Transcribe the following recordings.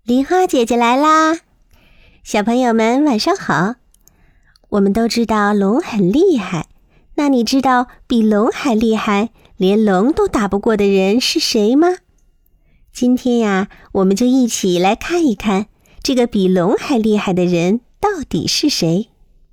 梨花姐姐来啦！小朋友们晚上好。我们都知道龙很厉害，那你知道比龙还厉害，连龙都打不过的人是谁吗？今天呀，我们就一起来看一看这个比龙还厉害的人到底是谁。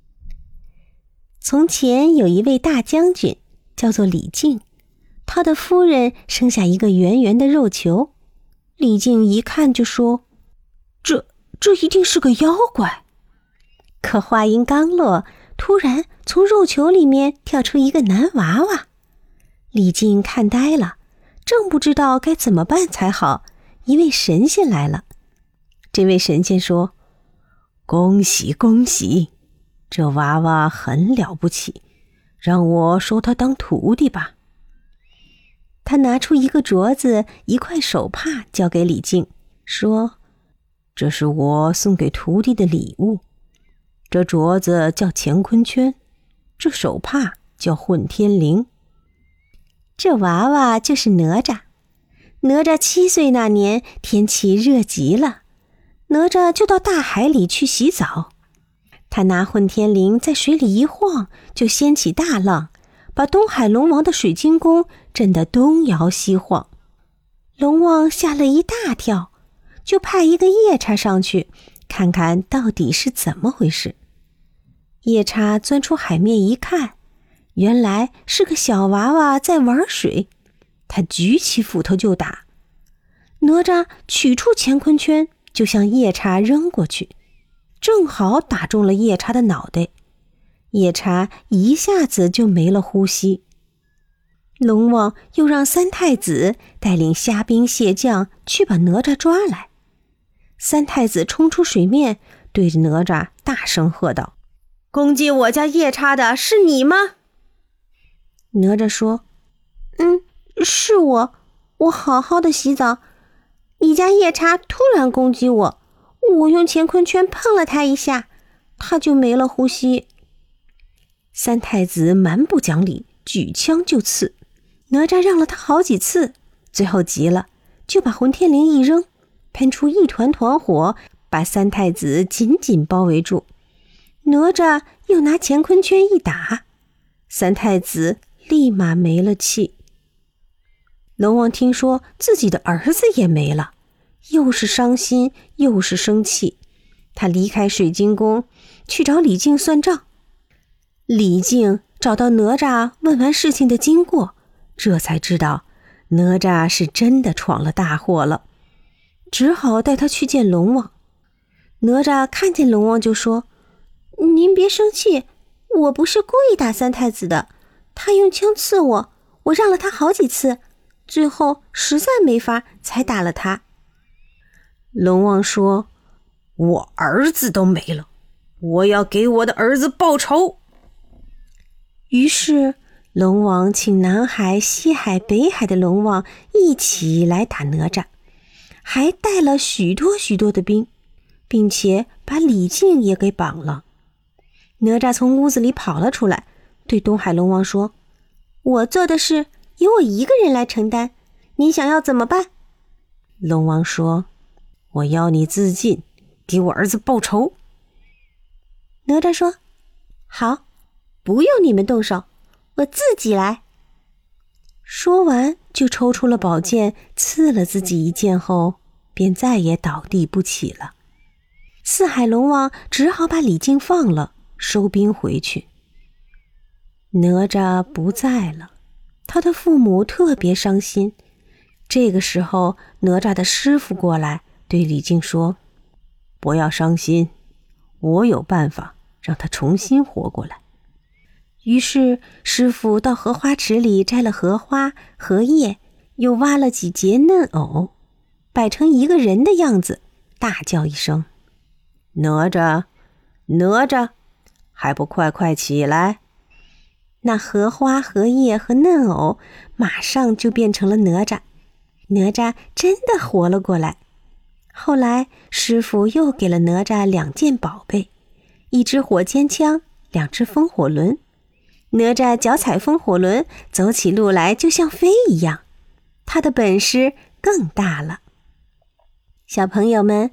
从前有一位大将军，叫做李靖，他的夫人生下一个圆圆的肉球。李靖一看就说，这一定是个妖怪。可话音刚落，突然从肉球里面跳出一个男娃娃。李靖看呆了，正不知道该怎么办才好，一位神仙来了。这位神仙说，恭喜恭喜，这娃娃很了不起，让我收他当徒弟吧。他拿出一个镯子，一块手帕交给李靖，说，这是我送给徒弟的礼物。这镯子叫乾坤圈，这手帕叫混天绫。这娃娃就是哪吒。哪吒7岁那年，天气热极了，哪吒就到大海里去洗澡。他拿混天绫在水里一晃，就掀起大浪，把东海龙王的水晶宫震得东摇西晃。龙王吓了一大跳，就派一个夜叉上去看看到底是怎么回事。夜叉钻出海面一看，原来是个小娃娃在玩水，他举起斧头就打。哪吒取出乾坤圈就向夜叉扔过去，正好打中了夜叉的脑袋，夜叉一下子就没了呼吸。龙王又让三太子带领虾兵蟹将去把哪吒抓来。三太子冲出水面，对着哪吒大声喝道，攻击我家夜叉的是你吗？哪吒说，是我好好的洗澡，你家夜叉突然攻击我，我用乾坤圈碰了他一下，他就没了呼吸。三太子蛮不讲理，举枪就刺。哪吒让了他好几次，最后急了，就把混天绫一扔，喷出一团团火，把三太子紧紧包围住。哪吒又拿乾坤圈一打，三太子立马没了气。龙王听说自己的儿子也没了，又是伤心又是生气，他离开水晶宫去找李靖算账。李靖找到哪吒，问完事情的经过，这才知道哪吒是真的闯了大祸了，只好带他去见龙王。哪吒看见龙王就说，您别生气，我不是故意打三太子的，他用枪刺我，我让了他好几次，最后实在没法才打了他。龙王说，我儿子都没了，我要给我的儿子报仇。于是龙王请南海、西海、北海的龙王一起来打哪吒，还带了许多许多的兵，并且把李靖也给绑了。哪吒从屋子里跑了出来，对东海龙王说，我做的事由我一个人来承担，你想要怎么办？龙王说，我要你自尽，给我儿子报仇。哪吒说，好，不用你们动手，我自己来。说完就抽出了宝剑，刺了自己一剑后，便再也倒地不起了。四海龙王只好把李靖放了，收兵回去。哪吒不在了，他的父母特别伤心。这个时候，哪吒的师傅过来对李靖说，不要伤心，我有办法让他重新活过来。于是师傅到荷花池里摘了荷花、荷叶，又挖了几节嫩藕，摆成一个人的样子，大叫一声，哪吒，哪吒，还不快快起来！那荷花、荷叶和嫩藕马上就变成了哪吒，哪吒真的活了过来。后来师傅又给了哪吒2件宝贝，一支火尖枪，2只风火轮。哪吒脚踩风火轮，走起路来就像飞一样，他的本事更大了。小朋友们，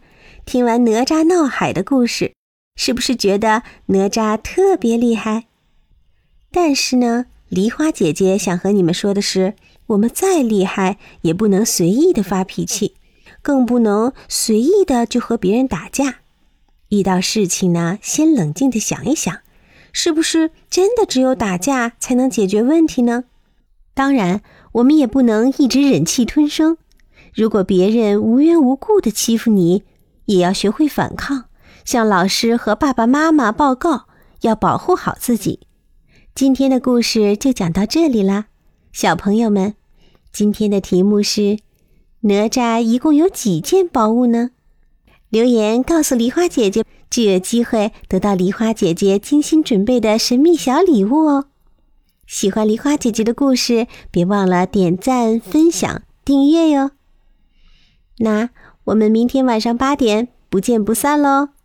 听完哪吒闹海的故事，是不是觉得哪吒特别厉害？但是呢，梨花姐姐想和你们说的是，我们再厉害也不能随意的发脾气，更不能随意的就和别人打架。遇到事情呢，先冷静的想一想，是不是真的只有打架才能解决问题呢？当然，我们也不能一直忍气吞声。如果别人无缘无故的欺负你，也要学会反抗，向老师和爸爸妈妈报告，要保护好自己。今天的故事就讲到这里啦，小朋友们，今天的题目是：哪吒一共有几件宝物呢？留言告诉梨花姐姐，就有机会得到梨花姐姐精心准备的神秘小礼物哦。喜欢梨花姐姐的故事，别忘了点赞、分享、订阅哟。那我们明天晚上8点不见不散喽。